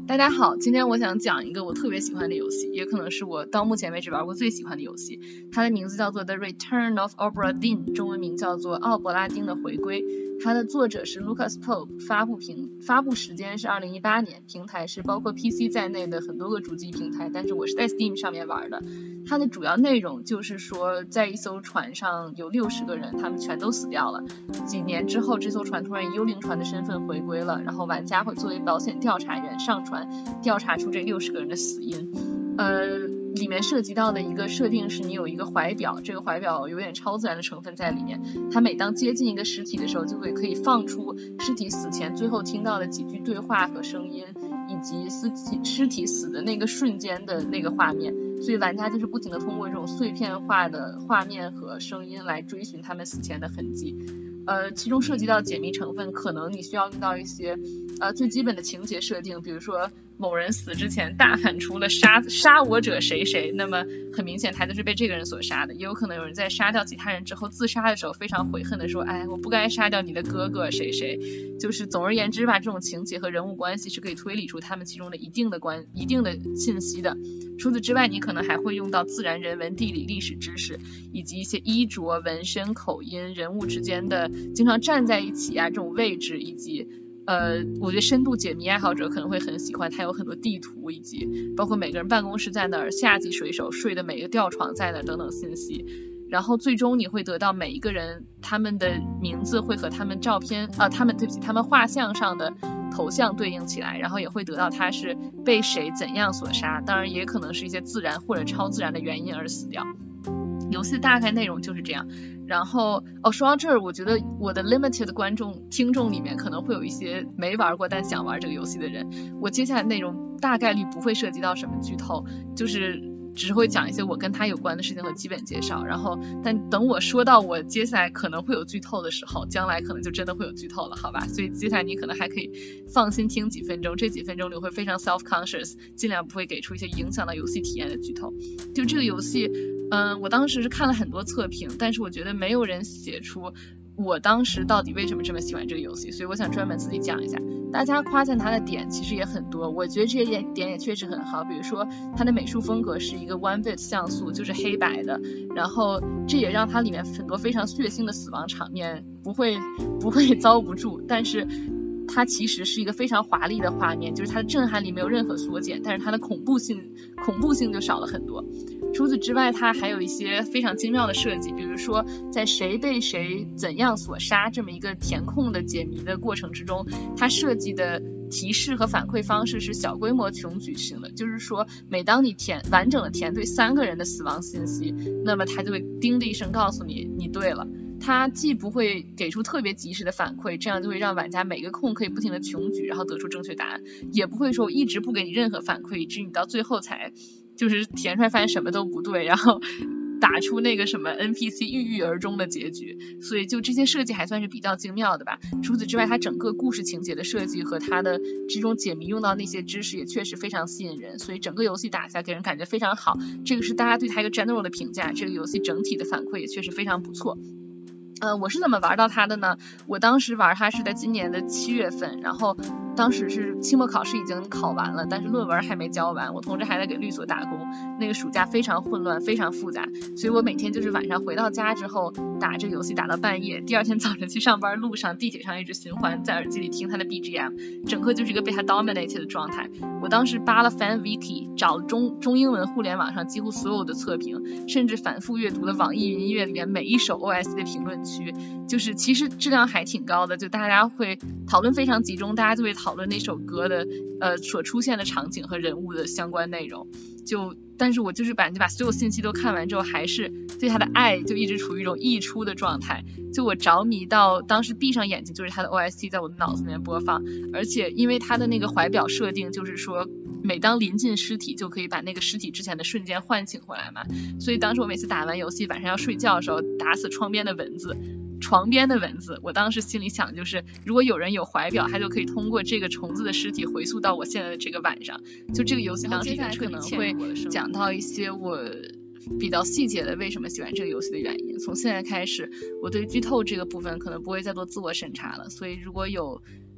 大家好，今天我想讲一个我特别喜欢的游戏，也可能是我到目前为止玩过最喜欢的游戏。它的名字叫做 The Return of Obra Dinn， 中文名叫做奥伯拉丁的回归。它的作者是 Lucas Pope， 发布时间是2018年，平台是包括 PC 在内的很多个主机平台，但是我是在 Steam 上面玩的。它的主要内容就是说，在一艘船上有60个人，他们全都死掉了。几年之后，这艘船突然以幽灵船的身份回归了，然后玩家会作为保险调查员上船，调查出这60个人的死因。里面涉及到的一个设定是你有一个怀表，这个怀表有点超自然的成分在里面，它每当接近一个尸体的时候，就会可以放出尸体死前最后听到的几句对话和声音，以及尸体死的那个瞬间的那个画面，所以玩家就是不停地通过这种碎片化的画面和声音来追寻他们死前的痕迹。其中涉及到解谜成分，可能你需要用到一些最基本的情节设定，比如说某人死之前大喊出了杀我者谁谁，那么很明显他就是被这个人所杀的。也有可能有人在杀掉其他人之后自杀的时候非常悔恨的说，哎，我不该杀掉你的哥哥谁谁。就是总而言之吧，这种情节和人物关系是可以推理出他们其中的一定的信息的。除此之外，你可能还会用到自然、人文、地理、历史知识，以及一些衣着、纹身、口音、人物之间的经常站在一起啊这种位置，以及我觉得深度解谜爱好者可能会很喜欢，它有很多地图，以及包括每个人办公室在哪儿，下级水手睡的每个吊床在哪儿等等信息。然后最终你会得到每一个人他们的名字会和他们他们画像上的头像对应起来，然后也会得到他是被谁怎样所杀，当然也可能是一些自然或者超自然的原因而死掉。游戏大概内容就是这样。然后说到这儿，我觉得我的 limited 的听众里面可能会有一些没玩过但想玩这个游戏的人，我接下来内容大概率不会涉及到什么剧透，就是只会讲一些我跟他有关的事情和基本介绍，然后但等我说到我接下来可能会有剧透的时候，将来可能就真的会有剧透了，好吧？所以接下来你可能还可以放心听几分钟，这几分钟里会非常 self-conscious， 尽量不会给出一些影响到游戏体验的剧透。就这个游戏我当时是看了很多测评，但是我觉得没有人写出我当时到底为什么这么喜欢这个游戏，所以我想专门自己讲一下。大家夸赞它的点其实也很多，我觉得这些点也确实很好，比如说它的美术风格是一个 one bit 像素，就是黑白的，然后这也让它里面很多非常血腥的死亡场面不会遭不住，但是它其实是一个非常华丽的画面，就是它的震撼力没有任何缩减，但是它的恐怖性就少了很多。除此之外，它还有一些非常精妙的设计，比如说在谁被谁怎样所杀这么一个填空的解谜的过程之中，它设计的提示和反馈方式是小规模穷举型的，就是说每当你完整的填对3个人的死亡信息，那么它就会叮的一声告诉你你对了。它既不会给出特别及时的反馈，这样就会让玩家每个空可以不停的穷举，然后得出正确答案，也不会说我一直不给你任何反馈，以至于你到最后才就是填出来发现什么都不对，然后打出那个什么 NPC 郁郁而终的结局。所以就这些设计还算是比较精妙的吧。除此之外，它整个故事情节的设计和它的这种解谜用到那些知识也确实非常吸引人，所以整个游戏打下给人感觉非常好，这个是大家对它一个 general 的评价。这个游戏整体的反馈也确实非常不错。我是怎么玩到它的呢？我当时玩它是在今年的7月份，然后当时是期末考试已经考完了，但是论文还没交完，我同时还在给律所打工，那个暑假非常混乱非常复杂，所以我每天就是晚上回到家之后打这个游戏打到半夜，第二天早晨去上班路上地铁上一直循环在耳机里听它的 BGM， 整个就是一个被它 dominated 的状态。我当时扒了 fan wiki， 找了中英文互联网上几乎所有的测评，甚至反复阅读了网易云音乐里面每一首 OST 的评论区，就是其实质量还挺高的，就大家会讨论非常集中，大家就会讨论那首歌的所出现的场景和人物的相关内容。但是我就是把所有信息都看完之后，还是对他的爱就一直处于一种溢出的状态，就我着迷到当时闭上眼睛就是他的 OST 在我的脑子里面播放，而且因为他的那个怀表设定就是说每当临近尸体就可以把那个尸体之前的瞬间唤醒回来嘛，所以当时我每次打完游戏晚上要睡觉的时候打死床边的蚊子，我当时心里想就是如果有人有怀表，他就可以通过这个虫子的尸体回溯到我现在的这个晚上。就这个游戏当时可能会讲到一些我比较细节的为什么喜欢这个游戏的原因。从现在开始我对剧透这个部分可能不会再做自我审查了，所以如果有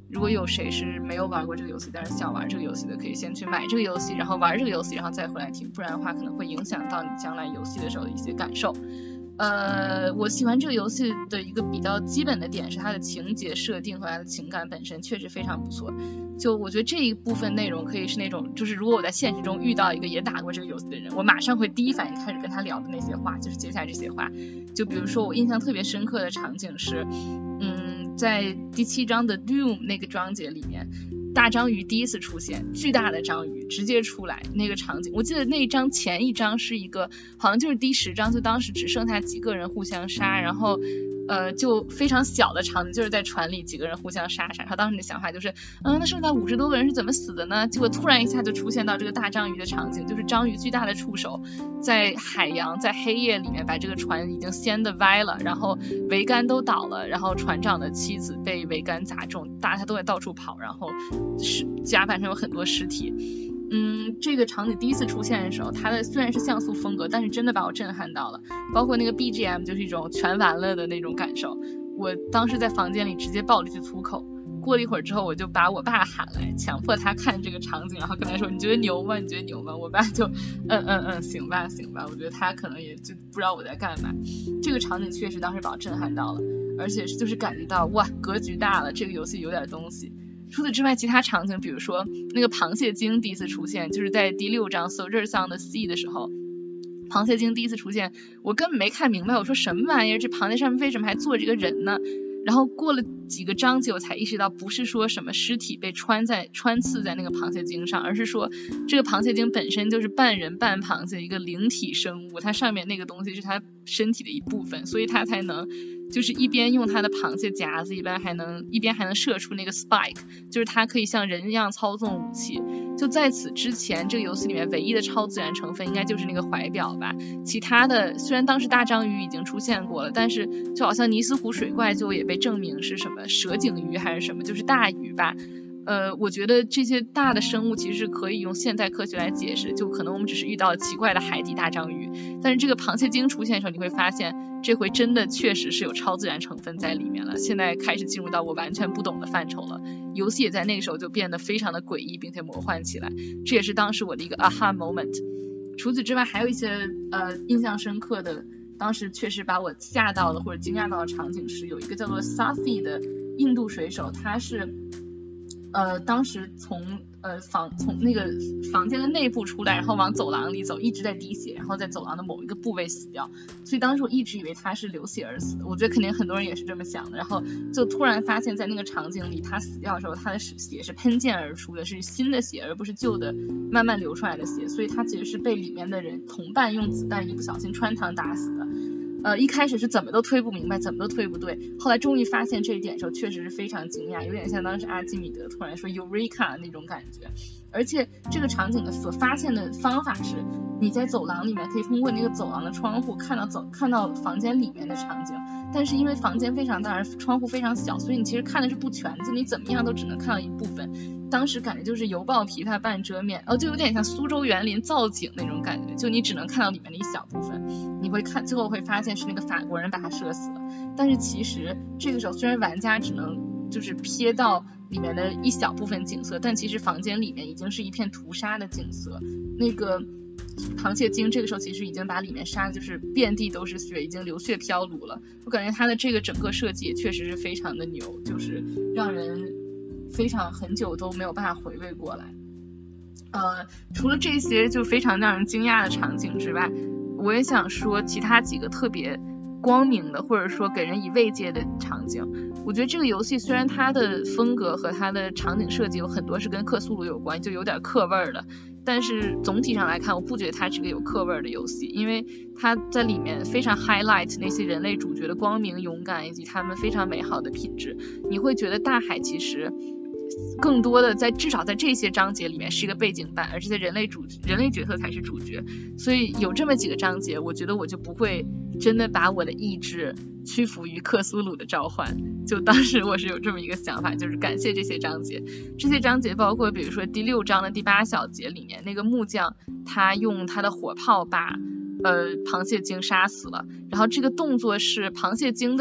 如果有谁是没有玩过这个游戏，但是想玩这个游戏的，可以先去买这个游戏，然后玩这个游戏，然后再回来听，不然的话可能会影响到你将来游戏的时候的一些感受。我喜欢这个游戏的一个比较基本的点是它的情节设定和它的情感本身确实非常不错。就我觉得这一部分内容可以是那种，就是如果我在现实中遇到一个也打过这个游戏的人，我马上会第一反应开始跟他聊的那些话，就是接下来这些话。就比如说我印象特别深刻的场景是，在第7章的 Doom 那个章节里面，大章鱼第一次出现，巨大的章鱼直接出来那个场景，我记得那一章前一章是一个好像就是第10章，就当时只剩下几个人互相杀，然后就非常小的场景，就是在船里几个人互相杀，他当时的想法就是那剩下50多个人是怎么死的呢？结果突然一下就出现到这个大章鱼的场景，就是章鱼巨大的触手在海洋在黑夜里面把这个船已经掀得歪了，然后桅杆都倒了，然后船长的妻子被桅杆砸中，大家都在到处跑，然后甲板上有很多尸体。这个场景第一次出现的时候，它的虽然是像素风格，但是真的把我震撼到了，包括那个 BGM 就是一种全完了的那种感受。我当时在房间里直接爆了一句粗口，过了一会儿之后我就把我爸喊来，强迫他看这个场景，然后跟他说你觉得牛吗？你觉得牛吗？我爸就行吧行吧，我觉得他可能也就不知道我在干嘛。这个场景确实当时把我震撼到了，而且就是感觉到哇格局大了，这个游戏有点东西。除此之外，其他场景比如说那个螃蟹精第一次出现，就是在第6章 Soldiers on the Sea 的时候，螃蟹精第一次出现，我根本没看明白，我说什么玩意儿，这螃蟹上面为什么还坐这个人呢？然后过了几个章节我才意识到，不是说什么尸体被穿刺在那个螃蟹精上，而是说这个螃蟹精本身就是半人半螃蟹一个灵体生物，它上面那个东西是它身体的一部分，所以它才能就是一边用它的螃蟹夹子，一边还能射出那个 spike， 就是它可以像人一样操纵武器。就在此之前，这个游戏里面唯一的超自然成分应该就是那个怀表吧，其他的虽然当时大章鱼已经出现过了，但是就好像尼斯湖水怪就也被证明是什么蛇颈鱼还是什么，就是大鱼吧。我觉得这些大的生物其实是可以用现代科学来解释，就可能我们只是遇到了奇怪的海底大章鱼，但是这个螃蟹精出现的时候，你会发现这回真的确实是有超自然成分在里面了，现在开始进入到我完全不懂的范畴了，游戏也在那个时候就变得非常的诡异并且魔幻起来，这也是当时我的一个 aha moment。 除此之外还有一些印象深刻的，当时确实把我吓到了或者惊讶到的场景是，有一个叫做 Safi 的印度水手，他是当时从那个房间的内部出来，然后往走廊里走，一直在滴血，然后在走廊的某一个部位死掉，所以当时我一直以为他是流血而死的，我觉得肯定很多人也是这么想的，然后就突然发现在那个场景里他死掉的时候，他的血是喷溅而出的，是新的血而不是旧的慢慢流出来的血，所以他其实是被里面的人同伴用子弹一不小心穿膛打死的。一开始是怎么都推不明白，怎么都推不对，后来终于发现这一点的时候确实是非常惊讶，有点像当时阿基米德突然说 Eureka 那种感觉。而且这个场景的所发现的方法是，你在走廊里面可以通过那个走廊的窗户看到房间里面的场景，但是因为房间非常大，窗户非常小，所以你其实看的是不全，就你怎么样都只能看到一部分。当时感觉就是犹抱琵琶半遮面，就有点像苏州园林造景那种感觉，就你只能看到里面的一小部分，你会看最后会发现是那个法国人把他射死了，但是其实这个时候虽然玩家只能就是瞥到里面的一小部分景色，但其实房间里面已经是一片屠杀的景色。那个螃蟹精这个时候其实已经把里面杀的就是遍地都是血，已经流血飘橹了。我感觉他的这个整个设计也确实是非常的牛，就是让人非常很久都没有办法回味过来。除了这些就非常让人惊讶的场景之外，我也想说其他几个特别光明的或者说给人以慰藉的场景。我觉得这个游戏虽然它的风格和它的场景设计有很多是跟克苏鲁有关，就有点克味儿的，但是总体上来看我不觉得它是个有克味儿的游戏，因为它在里面非常 highlight 那些人类主角的光明勇敢以及他们非常美好的品质。你会觉得大海其实更多的至少在这些章节里面是一个背景板，而这些人类角色才是主角，所以有这么几个章节我觉得我就不会真的把我的意志屈服于克苏鲁的召唤，就当时我是有这么一个想法，就是感谢这些章节。这些章节包括比如说第6章的第8小节里面，那个木匠他用他的火炮把螃蟹精杀死了，然后这个动作是螃蟹精的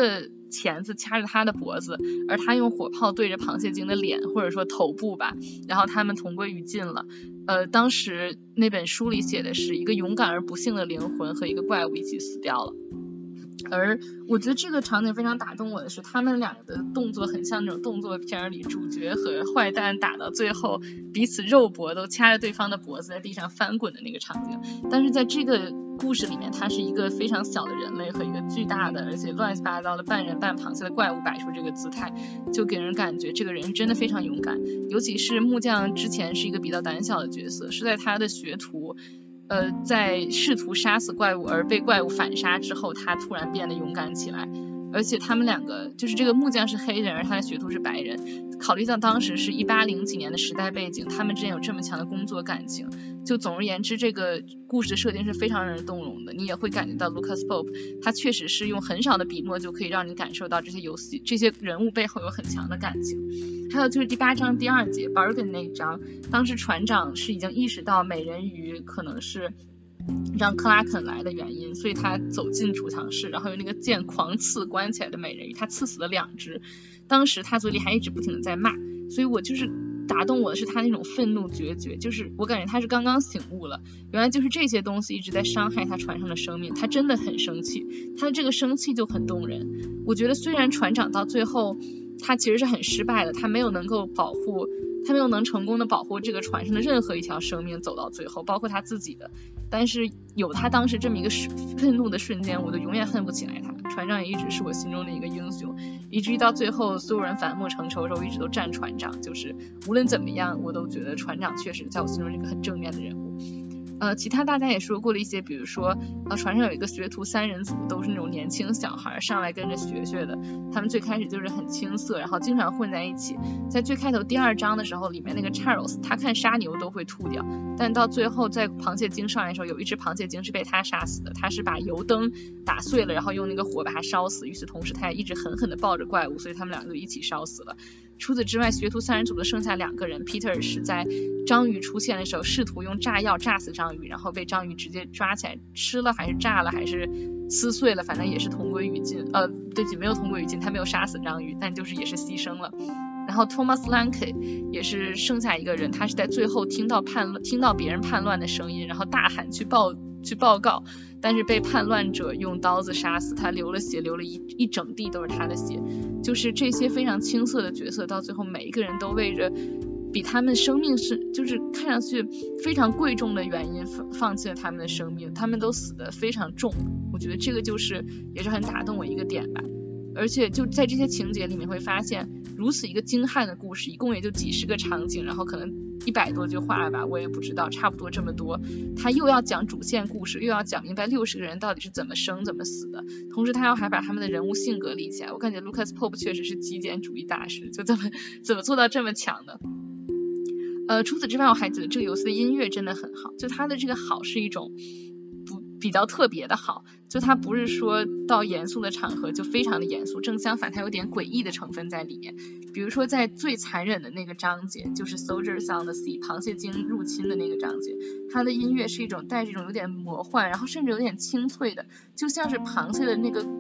钳子掐着他的脖子，而他用火炮对着螃蟹精的脸或者说头部吧，然后他们同归于尽了。当时那本书里写的是一个勇敢而不幸的灵魂和一个怪物一起死掉了。而我觉得这个场景非常打动我的是，他们两个的动作很像那种动作片里主角和坏蛋打到最后彼此肉搏都掐着对方的脖子在地上翻滚的那个场景。但是在这个故事里面，他是一个非常小的人类和一个巨大的而且乱七八糟的半人半螃蟹的怪物摆出这个姿态，就给人感觉这个人真的非常勇敢。尤其是木匠之前是一个比较胆小的角色，是在他的学徒在试图杀死怪物而被怪物反杀之后，他突然变得勇敢起来。而且他们两个就是这个木匠是黑人，而他的学徒是白人，考虑到当时是1800几年的时代背景，他们之间有这么强的工作感情，就总而言之这个故事的设定是非常让人动容的。你也会感觉到 Lucas Pope 他确实是用很少的笔墨就可以让你感受到这些游戏这些人物背后有很强的感情。还有就是第8章第2节 Bargain 那一章，当时船长是已经意识到美人鱼可能是让克拉肯来的原因，所以他走进储藏室，然后用那个剑狂刺关起来的美人鱼，他刺死了2只。当时他嘴里还一直不停的在骂，所以我就是打动我的是他那种愤怒决绝，就是我感觉他是刚刚醒悟了，原来就是这些东西一直在伤害他船上的生命，他真的很生气，他的这个生气就很动人。我觉得虽然船长到最后他其实是很失败的，他没有能成功的保护这个船上的任何一条生命走到最后，包括他自己的，但是有他当时这么一个愤怒的瞬间，我就永远恨不起来他。船长也一直是我心中的一个英雄，以至于到最后所有人反目成仇的时候，我一直都站船长，就是无论怎么样我都觉得船长确实在我心中是一个很正面的人物。其他大家也说过了一些，比如说船上有一个学徒3人组，都是那种年轻小孩上来跟着学的，他们最开始就是很青涩，然后经常混在一起。在最开头第2章的时候，里面那个 Charles 他看杀牛都会吐掉，但到最后在螃蟹精上来的时候，有一只螃蟹精是被他杀死的，他是把油灯打碎了，然后用那个火把它烧死，与此同时他也一直狠狠地抱着怪物，所以他们两个就一起烧死了。除此之外，学徒3人组的剩下2个人， Peter 是在章鱼出现的时候试图用炸药炸死章鱼，然后被章鱼直接抓起来吃了，还是炸了，还是撕碎了，反正也是同归于尽。对不起，没有同归于尽，他没有杀死章鱼，但就是也是牺牲了。然后 Thomas Lanke 也是剩下一个人，他是在最后听到别人叛乱的声音，然后大喊去报告，但是被叛乱者用刀子杀死，他流了血，流了一整地都是他的血。就是这些非常青涩的角色，到最后每一个人都为着比他们生命就是看上去非常贵重的原因放弃了他们的生命，他们都死得非常重。我觉得这个就是也是很打动我一个点吧。而且就在这些情节里面会发现，如此一个精悍的故事，一共也就几十个场景，然后可能100多句话吧，我也不知道，差不多这么多。他又要讲主线故事，又要讲明白60个人到底是怎么生怎么死的，同时他还把他们的人物性格立起来。我感觉 Lucas Pope 确实是极简主义大师，就怎么做到这么强的。除此之外，我还觉得这个游戏的音乐真的很好，就它的这个好是一种比较特别的好，就它不是说到严肃的场合就非常的严肃，正相反它有点诡异的成分在里面。比如说在最残忍的那个章节，就是 Soldiers on the Sea 螃蟹精入侵的那个章节，它的音乐是一种带这种有点魔幻，然后甚至有点清脆的，就像是螃蟹的那个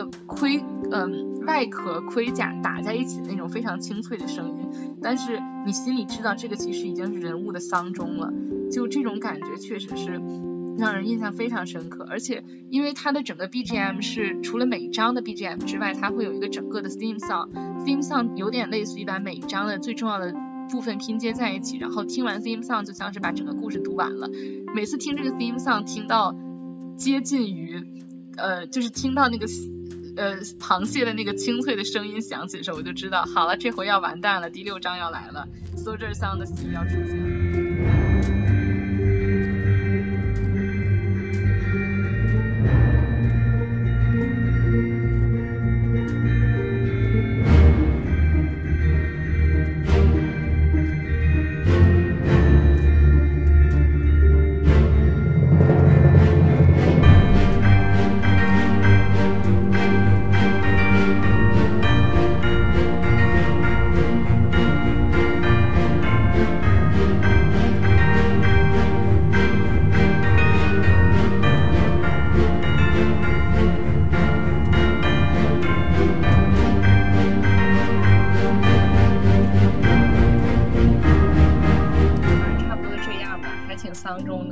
外壳盔甲打在一起的那种非常清脆的声音，但是你心里知道这个其实已经是人物的丧钟了，就这种感觉确实是让人印象非常深刻。而且因为它的整个 BGM 是除了每章的 BGM 之外，它会有一个整个的 theme song 有点类似于把每一章的最重要的部分拼接在一起，然后听完 theme song 就像是把整个故事读完了。每次听这个 theme song 听到接近于就是听到那个螃蟹的那个清脆的声音响起的时候，我就知道好了，这回要完蛋了，第6章要来了， Soldiers on the Sea 要出现了。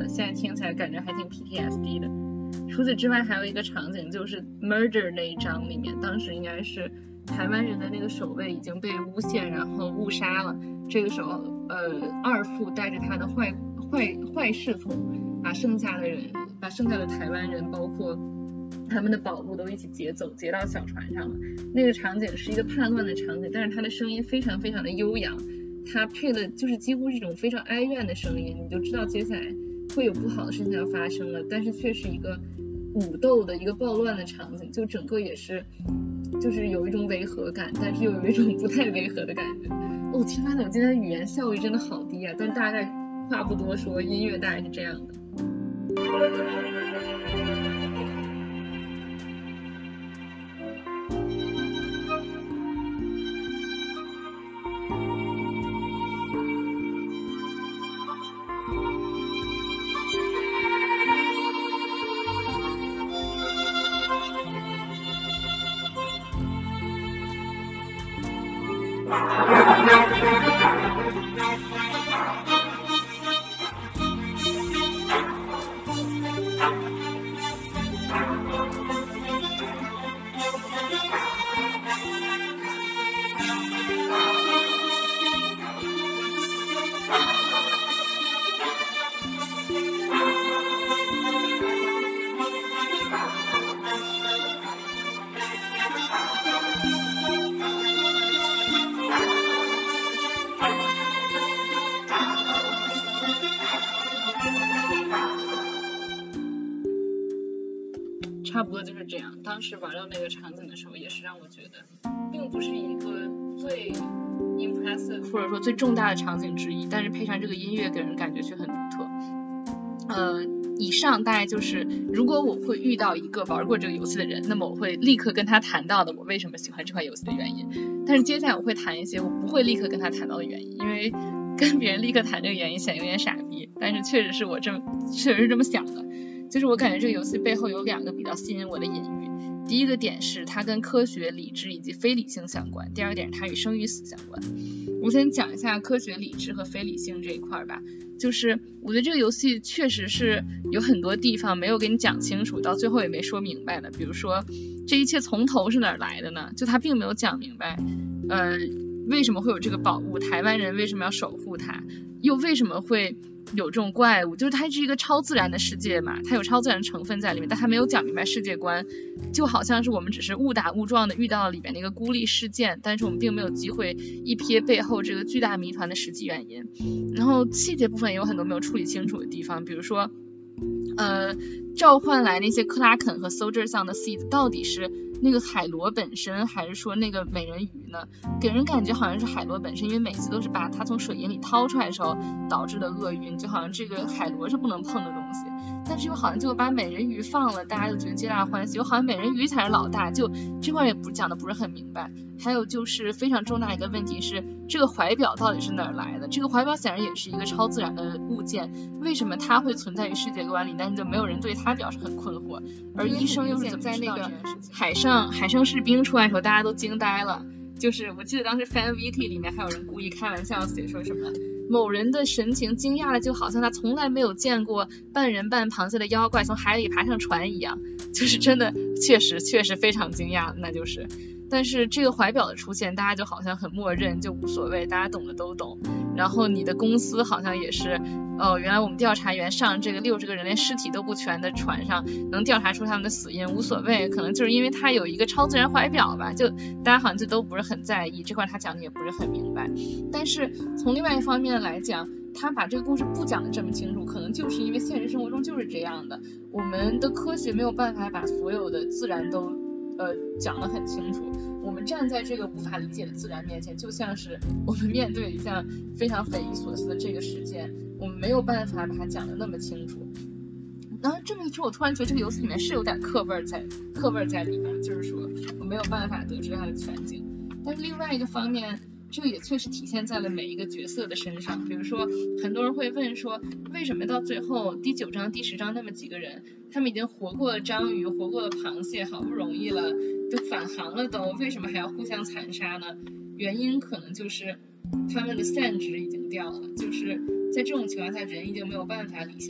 现在听起来感觉还挺 PTSD 的。除此之外还有一个场景就是 Murder 那一章里面，当时应该是台湾人的那个守卫已经被诬陷然后误杀了，这个时候二副带着他的坏侍从把剩下的台湾人包括他们的宝物都一起劫到小船上了。那个场景是一个叛乱的场景，但是他的声音非常非常的悠扬，他配的就是几乎是一种非常哀怨的声音，你就知道接下来会有不好的事情要发生了，但是却是一个武斗的一个暴乱的场景，就整个也是就是有一种违和感，但是又有一种不太违和的感觉。天呐，我今天的语言效率真的好低啊，但大概话不多说，音乐大概是这样的。差不多就是这样。当时玩到那个场景的时候，也是让我觉得并不是一个最 impressive 或者说最重大的场景之一，但是配上这个音乐给人感觉却很独特。以上大概就是如果我会遇到一个玩过这个游戏的人，那么我会立刻跟他谈到的我为什么喜欢这款游戏的原因。但是接下来我会谈一些我不会立刻跟他谈到的原因，因为跟别人立刻谈这个原因显得有点傻逼，但是确实是这么想的。就是我感觉这个游戏背后有2个比较吸引我的隐喻。第一个点是它跟科学、理智以及非理性相关，第二个点是它与生与死相关。我先讲一下科学、理智和非理性这一块吧。就是我觉得这个游戏确实是有很多地方没有给你讲清楚，到最后也没说明白的。比如说这一切从头是哪儿来的呢？就它并没有讲明白为什么会有这个宝物，台湾人为什么要守护它，又为什么会有这种怪物，就是它是一个超自然的世界嘛，它有超自然成分在里面，但它没有讲明白世界观，就好像是我们只是误打误撞的遇到了里面的一个孤立事件，但是我们并没有机会一瞥背后这个巨大谜团的实际原因。然后细节部分也有很多没有处理清楚的地方，比如说召唤来那些克拉肯和 Soldier 上的 seed 到底是那个海螺本身还是说那个美人鱼呢？给人感觉好像是海螺本身，因为每次都是把它从水银里掏出来的时候导致的厄运，就好像这个海螺是不能碰的东西，但是又好像就把美人鱼放了，大家就觉得皆大欢喜，又好像美人鱼才是老大，就这块也讲的不是很明白。还有就是非常重大一个问题是，这个怀表到底是哪儿来的？这个怀表显然也是一个超自然的物件，为什么它会存在于世界观里，但是就没有人对它表示很困惑？而医生又是怎么在那个海上士兵出来的时候大家都惊呆了，就是我记得当时 Fan Wiki 里面还有人故意开玩笑写说什么某人的神情惊讶的就好像他从来没有见过半人半螃蟹的妖怪从海里爬上船一样，就是真的确实非常惊讶，那就是。但是这个怀表的出现大家就好像很默认，就无所谓，大家懂的都懂。然后你的公司好像也是原来我们调查员上这个60个人连尸体都不全的船上能调查出他们的死因，无所谓，可能就是因为他有一个超自然怀表吧，就大家好像就都不是很在意，这块他讲的也不是很明白。但是从另外一方面来讲，他把这个故事不讲的这么清楚，可能就是因为现实生活中就是这样的，我们的科学没有办法把所有的自然都讲得很清楚，我们站在这个无法理解的自然面前，就像是我们面对一项非常匪夷所思的这个事件，我们没有办法把它讲得那么清楚。然后这么一说，我突然觉得这个游戏里面是有点课味在里面，就是说我没有办法得知它的全景。但是另外一个方面，这个也确实体现在了每一个角色的身上。比如说很多人会问说，为什么到最后第9章第10章那么几个人，他们已经活过了章鱼，活过了螃蟹，好不容易了，就返航了都，为什么还要互相残杀呢？原因可能就是他们的散值已经掉了，就是在这种情况下，人已经没有办法理性的活下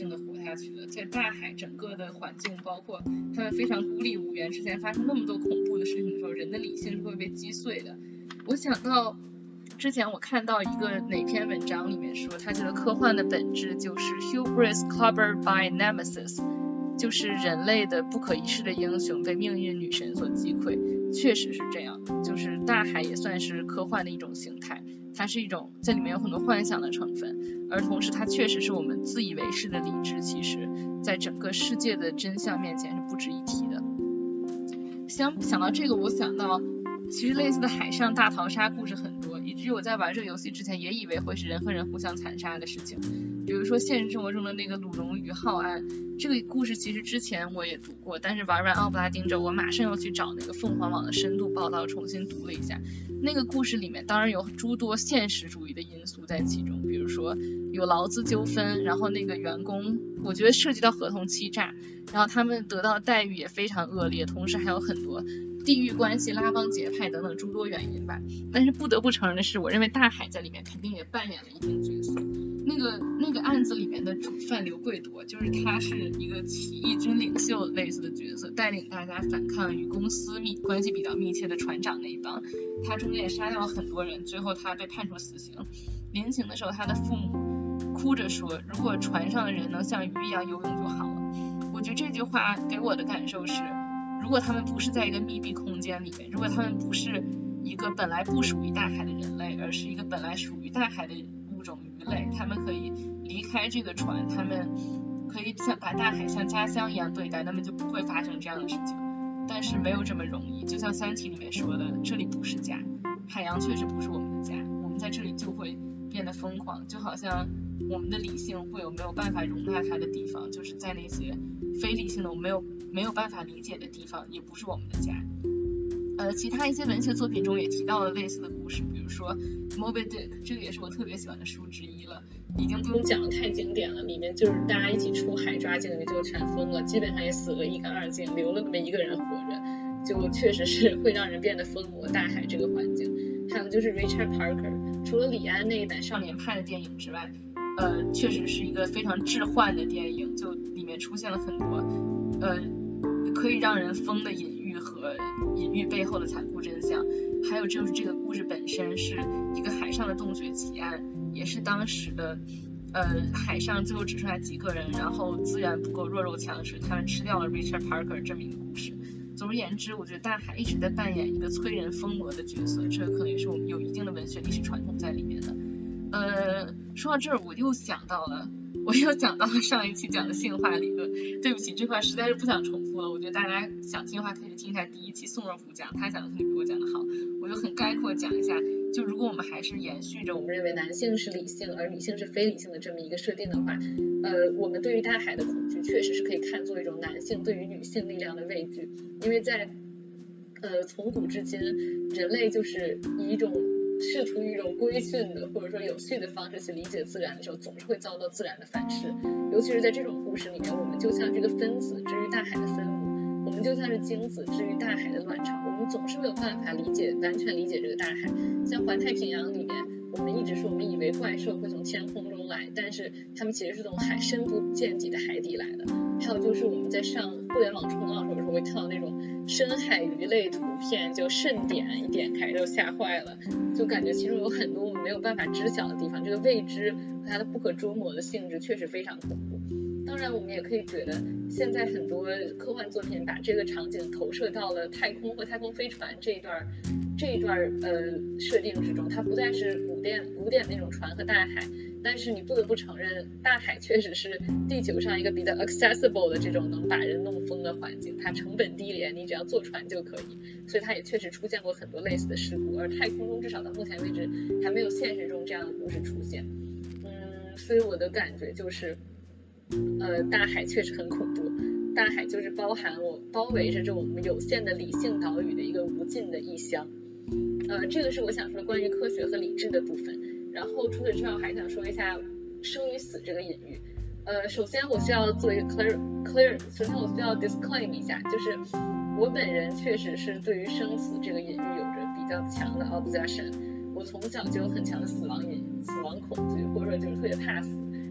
下去的。在大海整个的环境，包括他们非常孤立无援，之前发生那么多恐怖的事情的时候，人的理性是会被击碎的。我想到之前我看到一个哪篇文章里面说，他觉得科幻的本质就是 hubris covered by nemesis， 就是人类的不可一世的英雄被命运女神所击溃。确实是这样，就是大海也算是科幻的一种形态，它是一种在里面有很多幻想的成分，而同时它确实是我们自以为是的理智，其实在整个世界的真相面前是不值一提的。想到这个，我想到其实类似的海上大逃杀故事很多，以至于我在玩这个游戏之前也以为会是人和人互相残杀的事情。比如说现实生活中的那个鲁荣鱼号案，这个故事其实之前我也读过，但是玩完奥布拉丁之后，我马上又去找那个凤凰网的深度报道重新读了一下。那个故事里面当然有诸多现实主义的因素在其中，比如说有劳资纠纷，然后那个员工我觉得涉及到合同欺诈，然后他们得到的待遇也非常恶劣，同时还有很多地域关系、拉帮结派等等诸多原因吧。但是不得不承认的是，我认为大海在里面肯定也扮演了一定角色。那个案子里面的主犯刘贵铎，就是他是一个起义军领袖类似的角色，带领大家反抗与公司关系比较密切的船长那一帮，他中间也杀掉了很多人，最后他被判处死刑。临刑的时候，他的父母哭着说，如果船上的人能像鱼一样游泳就好了。我觉得这句话给我的感受是，如果他们不是在一个密闭空间里面，如果他们不是一个本来不属于大海的人类，而是一个本来属于大海的物种鱼类，他们可以离开这个船，他们可以把大海像家乡一样对待，那么就不会发生这样的事情。但是没有这么容易，就像三体里面说的，这里不是家，海洋确实不是我们的家，我们在这里就会变得疯狂，就好像我们的理性会有没有办法容纳它的地方，就是在那些非理性的我们没有办法理解的地方，也不是我们的家。其他一些文学作品中也提到了类似的故事，比如说 Moby Dick， 这个也是我特别喜欢的书之一了，已经不用讲了，太经典了。里面就是大家一起出海抓鲸鱼，就全疯了，基本上也死了一干二净，留了那么一个人活着，就确实是会让人变得疯魔。大海这个环境，还有就是 Richard Parker， 除了李安那一版少年派的电影之外，确实是一个非常致幻的电影，就里面出现了很多可以让人疯的隐喻和隐喻背后的残酷真相。还有就是这个故事本身是一个海上的洞穴奇案，也是当时的海上最后只剩下几个人，然后资源不够，弱肉强食，他们吃掉了 Richard Parker 这么一个故事。总而言之，我觉得大海一直在扮演一个催人疯魔的角色，这可能也是我们有一定的文学历史传统在里面的。说到这儿我又想到了上一期讲的性化理论，对不起，这块实在是不想重复了，我觉得大家想听的话可以听一下第一期宋若甫讲，他讲的肯定比我讲的好，我就很概括讲一下，就如果我们还是延续着我们认为男性是理性而女性是非理性的这么一个设定的话，我们对于大海的恐惧确实是可以看作一种男性对于女性力量的畏惧，因为在从古至今，人类就是以一种试图一种规训的或者说有序的方式去理解自然的时候，总是会遭到自然的反噬。尤其是在这种故事里面，我们就像这个分子之于大海的分母，我们就像是精子之于大海的卵巢，我们总是没有办法完全理解这个大海。像环太平洋里面，我们一直说我们以为怪兽会从天空中来，但是他们其实是从深不见底的海底来的。还有就是我们在上互联网冲浪的时候会看到那种深海鱼类图片，就甚点一点开就吓坏了，就感觉其中有很多我们没有办法知晓的地方，这个未知和它的不可捉摸的性质确实非常恐怖。当然我们也可以觉得现在很多科幻作品把这个场景投射到了太空和太空飞船这一段设定之中，它不再是古典那种船和大海，但是你不得不承认大海确实是地球上一个比较 accessible 的这种能把人弄疯的环境，它成本低廉，你只要坐船就可以，所以它也确实出现过很多类似的事故，而太空中至少到目前为止还没有现实中这样的故事出现。所以我的感觉就是大海确实很恐怖，大海就是包围着我们有限的理性岛屿的一个无尽的异乡。这个是我想说关于科学和理智的部分。然后除此之外，我还想说一下生与死这个隐喻。首先我需要做一个 clear， 首先我需要 disclaim 一下，就是我本人确实是对于生死这个隐喻有着比较强的 obsession， 我从小就有很强的死亡恐惧，或者说就是特别怕死。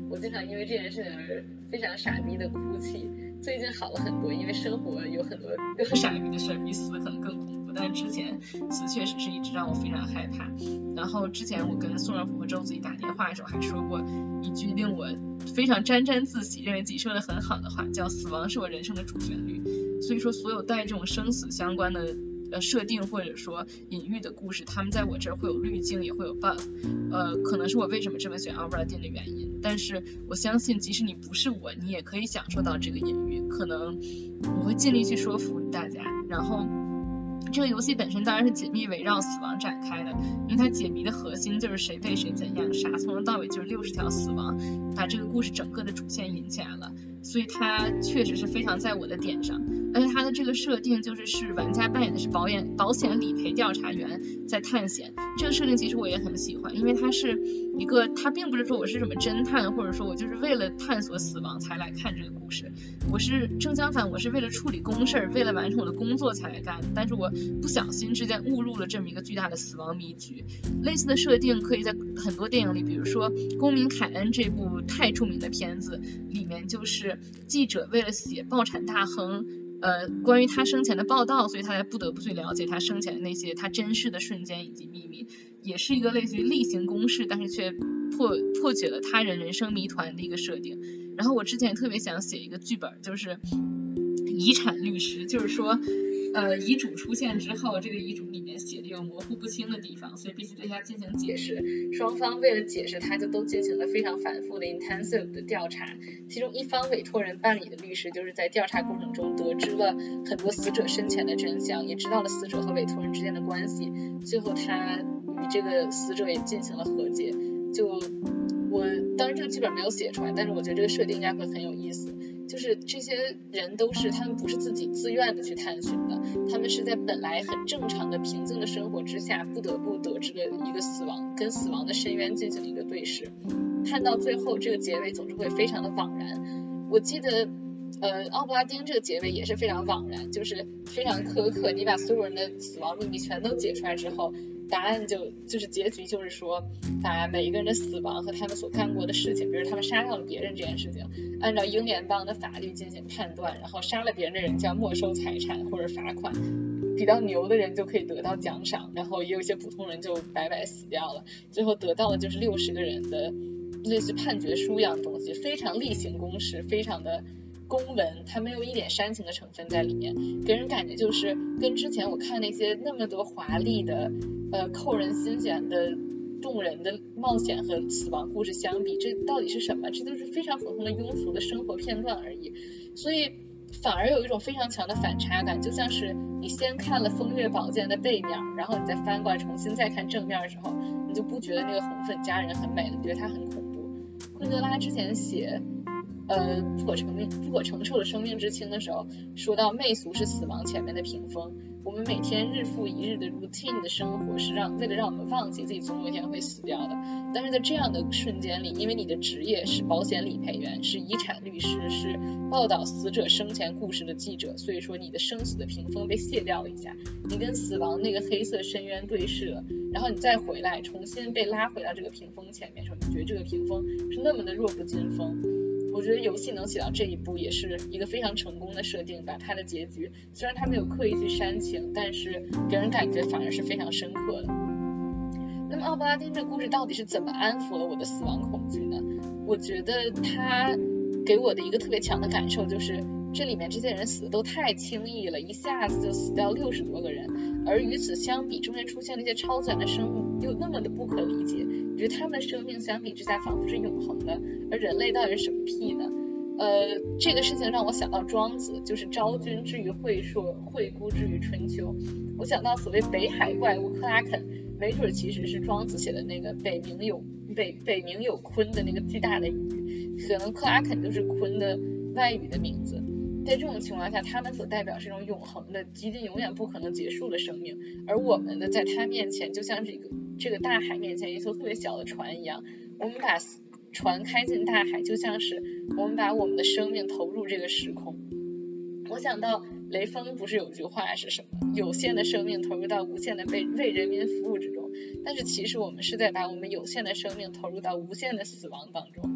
我经常因为这件事情而非常傻逼的哭泣。最近好了很多，因为生活有很多更傻逼的事儿，比死可能更恐怖，但是之前死确实是一直让我非常害怕。然后之前我跟宋让甫和周子怡打电话的时候还说过一句令我非常沾沾自喜，认为自己说的很好的话，叫死亡是我人生的主旋律。所以说所有带这种生死相关的设定或者说隐喻的故事，他们在我这儿会有滤镜也会有 bug， 可能是我为什么这么喜欢 Albora Dinn 的原因。但是我相信即使你不是我，你也可以享受到这个隐喻，可能我会尽力去说服大家。然后这个游戏本身当然是紧密围绕死亡展开的，因为它解谜的核心就是谁被谁怎样杀，从头到尾就是60条死亡，把这个故事整个的主线引起来了，所以它确实是非常在我的点上。而且它的这个设定是玩家扮演的是保险理赔调查员在探险，这个设定其实我也很喜欢，因为它是一个，它并不是说我是什么侦探，或者说我就是为了探索死亡才来看这个故事，我是正相反，我是为了处理公事，为了完成我的工作才来干，但是我不小心之间误入了这么一个巨大的死亡迷局。类似的设定可以在很多电影里，比如说《公民凯恩》这部太著名的片子里面，就是记者为了写爆产大亨关于他生前的报道，所以他才不得不去了解他生前的那些他珍视的瞬间以及秘密，也是一个类似于例行公事，但是却破解了他人人生谜团的一个设定。然后我之前特别想写一个剧本，就是遗产律师，就是说遗嘱出现之后，这个遗嘱里面写的有模糊不清的地方，所以必须对它进行解释。双方为了解释它，就都进行了非常反复的 intensive 的调查。其中一方委托人办理的律师，就是在调查过程中得知了很多死者生前的真相，也知道了死者和委托人之间的关系。最后他与这个死者也进行了和解。我当然这个剧本没有写出来，但是我觉得这个设定应该会很有意思。就是这些人他们不是自己自愿的去探寻的，他们是在本来很正常的平静的生活之下，不得不得知了一个死亡，跟死亡的深渊进行了一个对视。看到最后这个结尾总是会非常的惘然。我记得奥布拉丁这个结尾也是非常惘然，就是非常苛刻，你把所有人的死亡秘密全都解出来之后，答案就是结局就是说，把每一个人的死亡和他们所干过的事情，比如他们杀掉了别人这件事情，按照英联邦的法律进行判断，然后杀了别人的人就要没收财产或者罚款，比较牛的人就可以得到奖赏，然后也有一些普通人就白白死掉了，最后得到的就是60个人的类似判决书一样的东西，非常例行公事，非常的公文，它没有一点煽情的成分在里面，给人感觉就是跟之前我看那些那么多华丽的扣人心弦的动人的冒险和死亡故事相比，这到底是什么？这就是非常普通的庸俗的生活片段而已，所以反而有一种非常强的反差感，就像是你先看了风月宝剑的背面，然后你再翻过来重新再看正面的时候，你就不觉得那个红粉佳人很美了，你觉得它很恐怖。昆德拉之前写不可承受的生命之轻的时候，说到媚俗是死亡前面的屏风，我们每天日复一日的 routine 的生活是为了让我们忘记自己总有一天会死掉的，但是在这样的瞬间里，因为你的职业是保险理赔员，是遗产律师，是报道死者生前故事的记者，所以说你的生死的屏风被卸掉了一下，你跟死亡那个黑色深渊对视了，然后你再回来重新被拉回到这个屏风前面的时候，你觉得这个屏风是那么的弱不禁风。我觉得游戏能写到这一步也是一个非常成功的设定吧，它的结局虽然它没有刻意去煽情，但是给人感觉反而是非常深刻的。那么奥布拉丁这个故事到底是怎么安抚了我的死亡恐惧呢？我觉得它给我的一个特别强的感受就是这里面这些人死的都太轻易了，一下子就死掉60多个人，而与此相比中间出现那些超自然的生物又那么的不可理解，觉得他们的生命相比之下仿佛是永恒的，而人类到底是什么屁呢？这个事情让我想到庄子，就是昭君之于惠硕，惠姑之于春秋。我想到所谓北海怪物克拉肯，没准其实是庄子写的那个北冥有鲲的那个巨大的鱼，可能克拉肯就是鲲的外语的名字。在这种情况下，他们所代表是一种永恒的、几近永远不可能结束的生命，而我们的在他面前就像是这个大海面前一艘特别小的船一样，我们把船开进大海，就像是我们把我们的生命投入这个时空。我想到雷锋不是有句话是什么？有限的生命投入到无限的为人民服务之中，但是其实我们是在把我们有限的生命投入到无限的死亡当中。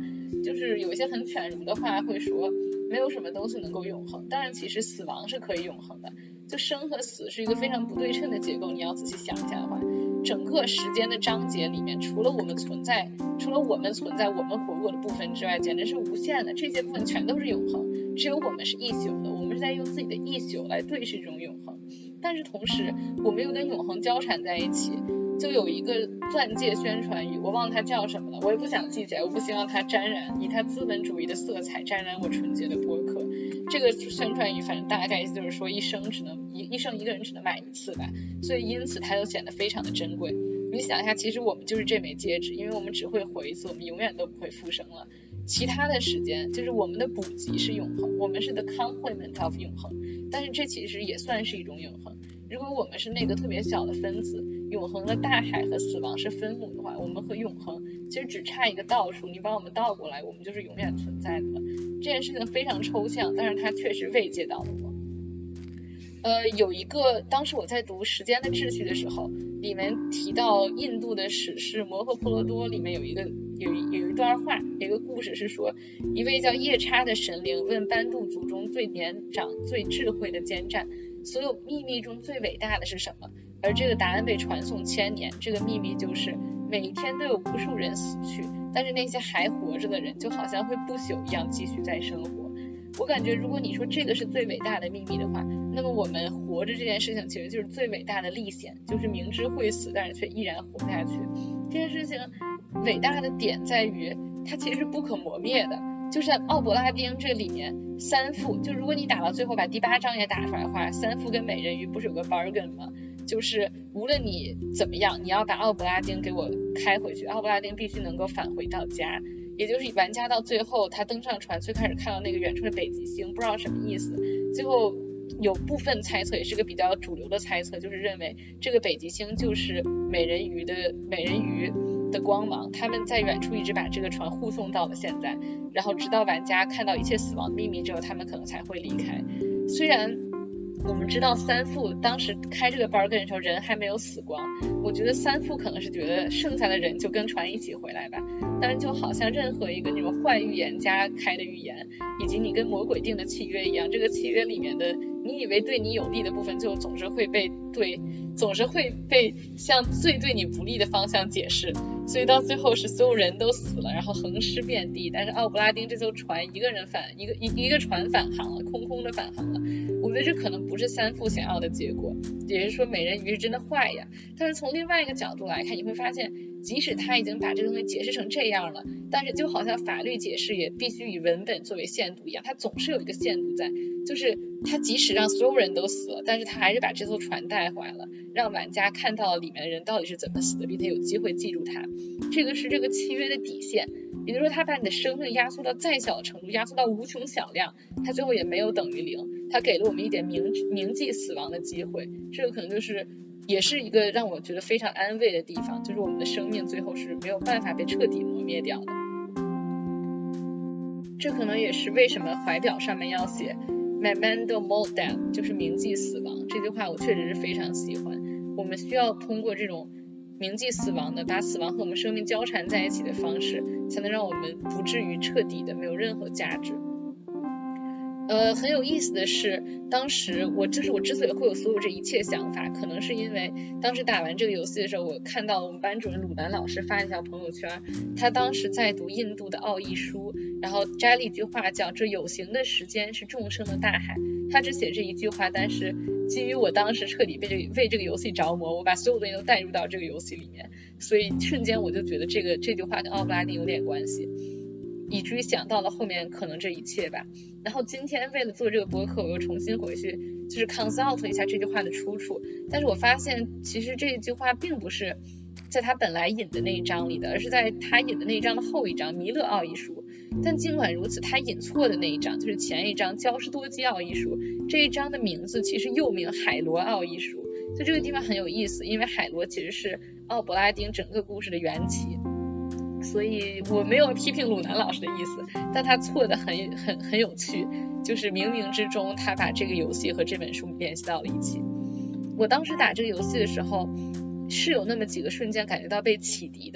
就是有一些很犬儒的话会说没有什么东西能够永恒，当然其实死亡是可以永恒的，就生和死是一个非常不对称的结构，你要仔细想一下的话，整个时间的章节里面除了我们存在我们活过的部分之外，简直是无限的，这些部分全都是永恒，只有我们是一宿的，我们是在用自己的一宿来对视这种永恒，但是同时我们又跟永恒交缠在一起。就有一个钻戒宣传语，我忘了它叫什么了，我也不想记起来，我不希望它以它资本主义的色彩沾染我纯洁的播客。这个宣传语反正大概就是说一生一个人只能买一次吧，所以因此它就显得非常的珍贵。你想一下，其实我们就是这枚戒指，因为我们只会活一次，我们永远都不会复生了，其他的时间就是我们的补给是永恒，我们是 the complement of 永恒，但是这其实也算是一种永恒。如果我们是那个特别小的分子，永恒的大海和死亡是分母的话，我们和永恒其实只差一个倒数，你把我们倒过来，我们就是永远存在的了。这件事情非常抽象，但是它确实慰藉到了我。有一个当时我在读《时间的秩序》的时候，里面提到印度的史诗《摩诃婆罗多》里面有一段话，有一个故事是说，一位叫夜叉的神灵问班杜族中最年长最智慧的奸战，所有秘密中最伟大的是什么？而这个答案被传颂千年，这个秘密就是每一天都有无数人死去，但是那些还活着的人就好像会不朽一样继续在生活。我感觉如果你说这个是最伟大的秘密的话，那么我们活着这件事情其实就是最伟大的历险，就是明知会死但是却依然活下去。这件事情伟大的点在于它其实是不可磨灭的，就像奥伯拉丁这里面三副，就如果你打到最后把第8章也打出来的话，三副跟美人鱼不是有个 bargain 吗？就是无论你怎么样，你要把奥伯拉丁给我开回去，奥伯拉丁必须能够返回到家，也就是玩家到最后他登上船，最开始看到那个远处的北极星，不知道什么意思，最后有部分猜测，也是个比较主流的猜测，就是认为这个北极星就是美人鱼的光芒，他们在远处一直把这个船护送到了现在，然后直到玩家看到一切死亡秘密之后，他们可能才会离开。虽然我们知道三副当时开这个bargain的时候人还没有死光，我觉得三副可能是觉得剩下的人就跟船一起回来吧，但是就好像任何一个那种坏预言家开的预言，以及你跟魔鬼定的契约一样，这个契约里面的你以为对你有利的部分就总是会被向最对你不利的方向解释，所以到最后是所有人都死了，然后横尸遍地，但是奥布拉丁这艘船一个船返航了，空空的返航了。我觉得这可能不是三副想要的结果，也是说美人鱼是真的坏呀。但是从另外一个角度来看，你会发现即使他已经把这个东西解释成这样了，但是就好像法律解释也必须以文本作为限度一样，它总是有一个限度在，就是他即使让所有人都死了，但是他还是把这艘船带回来了，让玩家看到里面的人到底是怎么死的，并且有机会记住他。这个是这个契约的底线，也就是说他把你的生命压缩到再小的程度，压缩到无穷小量，他最后也没有等于0，他给了我们一点铭记死亡的机会。这个可能也是一个让我觉得非常安慰的地方，就是我们的生命最后是没有办法被彻底磨灭掉的。这可能也是为什么怀表上面要写 Memento Mori， 就是铭记死亡，这句话我确实是非常喜欢。我们需要通过这种铭记死亡的，把死亡和我们生命交缠在一起的方式，才能让我们不至于彻底的没有任何价值。很有意思的是，当时我之所以会有所有这一切想法，可能是因为当时打完这个游戏的时候，我看到我们班主任鲁南老师发一条朋友圈，他当时在读印度的奥义书，然后摘了一句话叫这有形的时间是众生的大海，他只写这一句话，但是基于我当时彻底为这个游戏着魔，我把所有东西都带入到这个游戏里面，所以瞬间我就觉得这句话跟奥布拉丁有点关系，以至于想到了后面可能这一切吧。然后今天为了做这个播客，我又重新回去就是 consult 一下这句话的出处，但是我发现其实这句话并不是在他本来引的那一章里的，而是在他引的那一章的后一章弥勒奥义书。但尽管如此，他引错的那一章就是前一章焦士多基奥义书，这一章的名字其实又名海螺奥义书。所以这个地方很有意思，因为海螺其实是奥伯拉丁整个故事的缘起，所以我没有批评鲁南老师的意思，但他错的很有趣，就是冥冥之中他把这个游戏和这本书联系到了一起。我当时打这个游戏的时候是有那么几个瞬间感觉到被启迪的，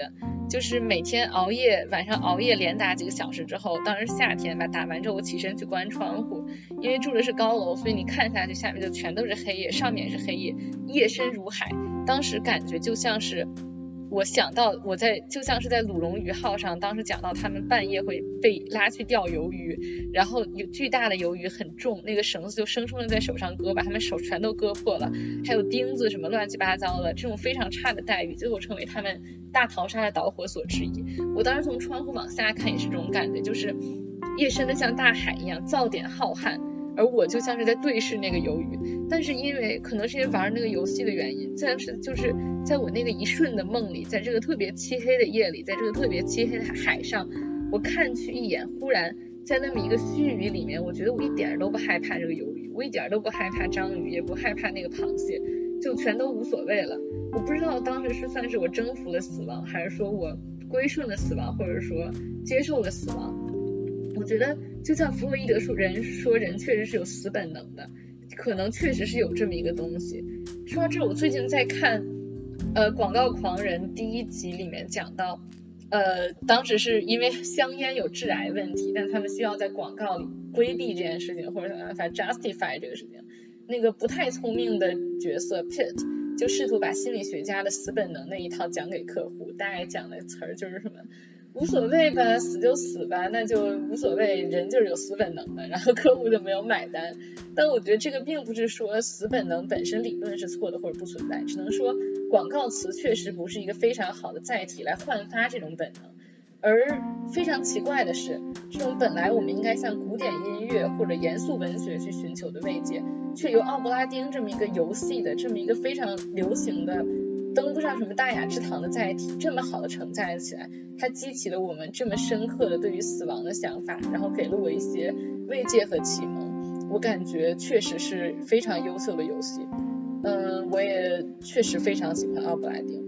就是每天晚上熬夜连打几个小时之后，当时夏天吧，打完之后我起身去关窗户，因为住的是高楼，所以你看下去下面就全都是黑夜，上面是黑夜，夜深如海。当时感觉就像是我想到就像是在鲁龙鱼号上，当时讲到他们半夜会被拉去钓鱿鱼，然后有巨大的鱿鱼很重，那个绳子就生生的在手上割，把他们手全都割破了，还有钉子什么乱七八糟的，这种非常差的待遇，最后成为他们大逃杀的导火索之一。我当时从窗户往下看也是这种感觉，就是夜深的像大海一样，噪点浩瀚，而我就像是在对视那个鱿鱼。但是可能是因为玩那个游戏的原因，就是在我那个一瞬的梦里，在这个特别漆黑的夜里，在这个特别漆黑的海上，我看去一眼，忽然在那么一个须臾里面，我觉得我一点都不害怕这个鱿鱼，我一点都不害怕章鱼，也不害怕那个螃蟹，就全都无所谓了。我不知道当时是算是我征服了死亡，还是说我归顺了死亡，或者说接受了死亡。我觉得就像弗洛伊德说人确实是有死本能的，可能确实是有这么一个东西。说到这，我最近在看广告狂人第1集里面讲到当时是因为香烟有致癌问题，但他们需要在广告里规避这件事情，或者想办法 justify 这个事情。那个不太聪明的角色 Pitt 就试图把心理学家的死本能那一套讲给客户，大概讲的词儿就是什么无所谓吧，死就死吧，那就无所谓，人就是有死本能的，然后客户就没有买单。但我觉得这个并不是说死本能本身理论是错的或者不存在，只能说广告词确实不是一个非常好的载体来焕发这种本能。而非常奇怪的是，这种本来我们应该向古典音乐或者严肃文学去寻求的慰藉，却由奥布拉丁这么一个游戏的这么一个非常流行的登不上什么大雅之堂的载体这么好的承载了起来，它激起了我们这么深刻的对于死亡的想法，然后给了我一些慰藉和启蒙。我感觉确实是非常优秀的游戏。我也确实非常喜欢奥布拉丁。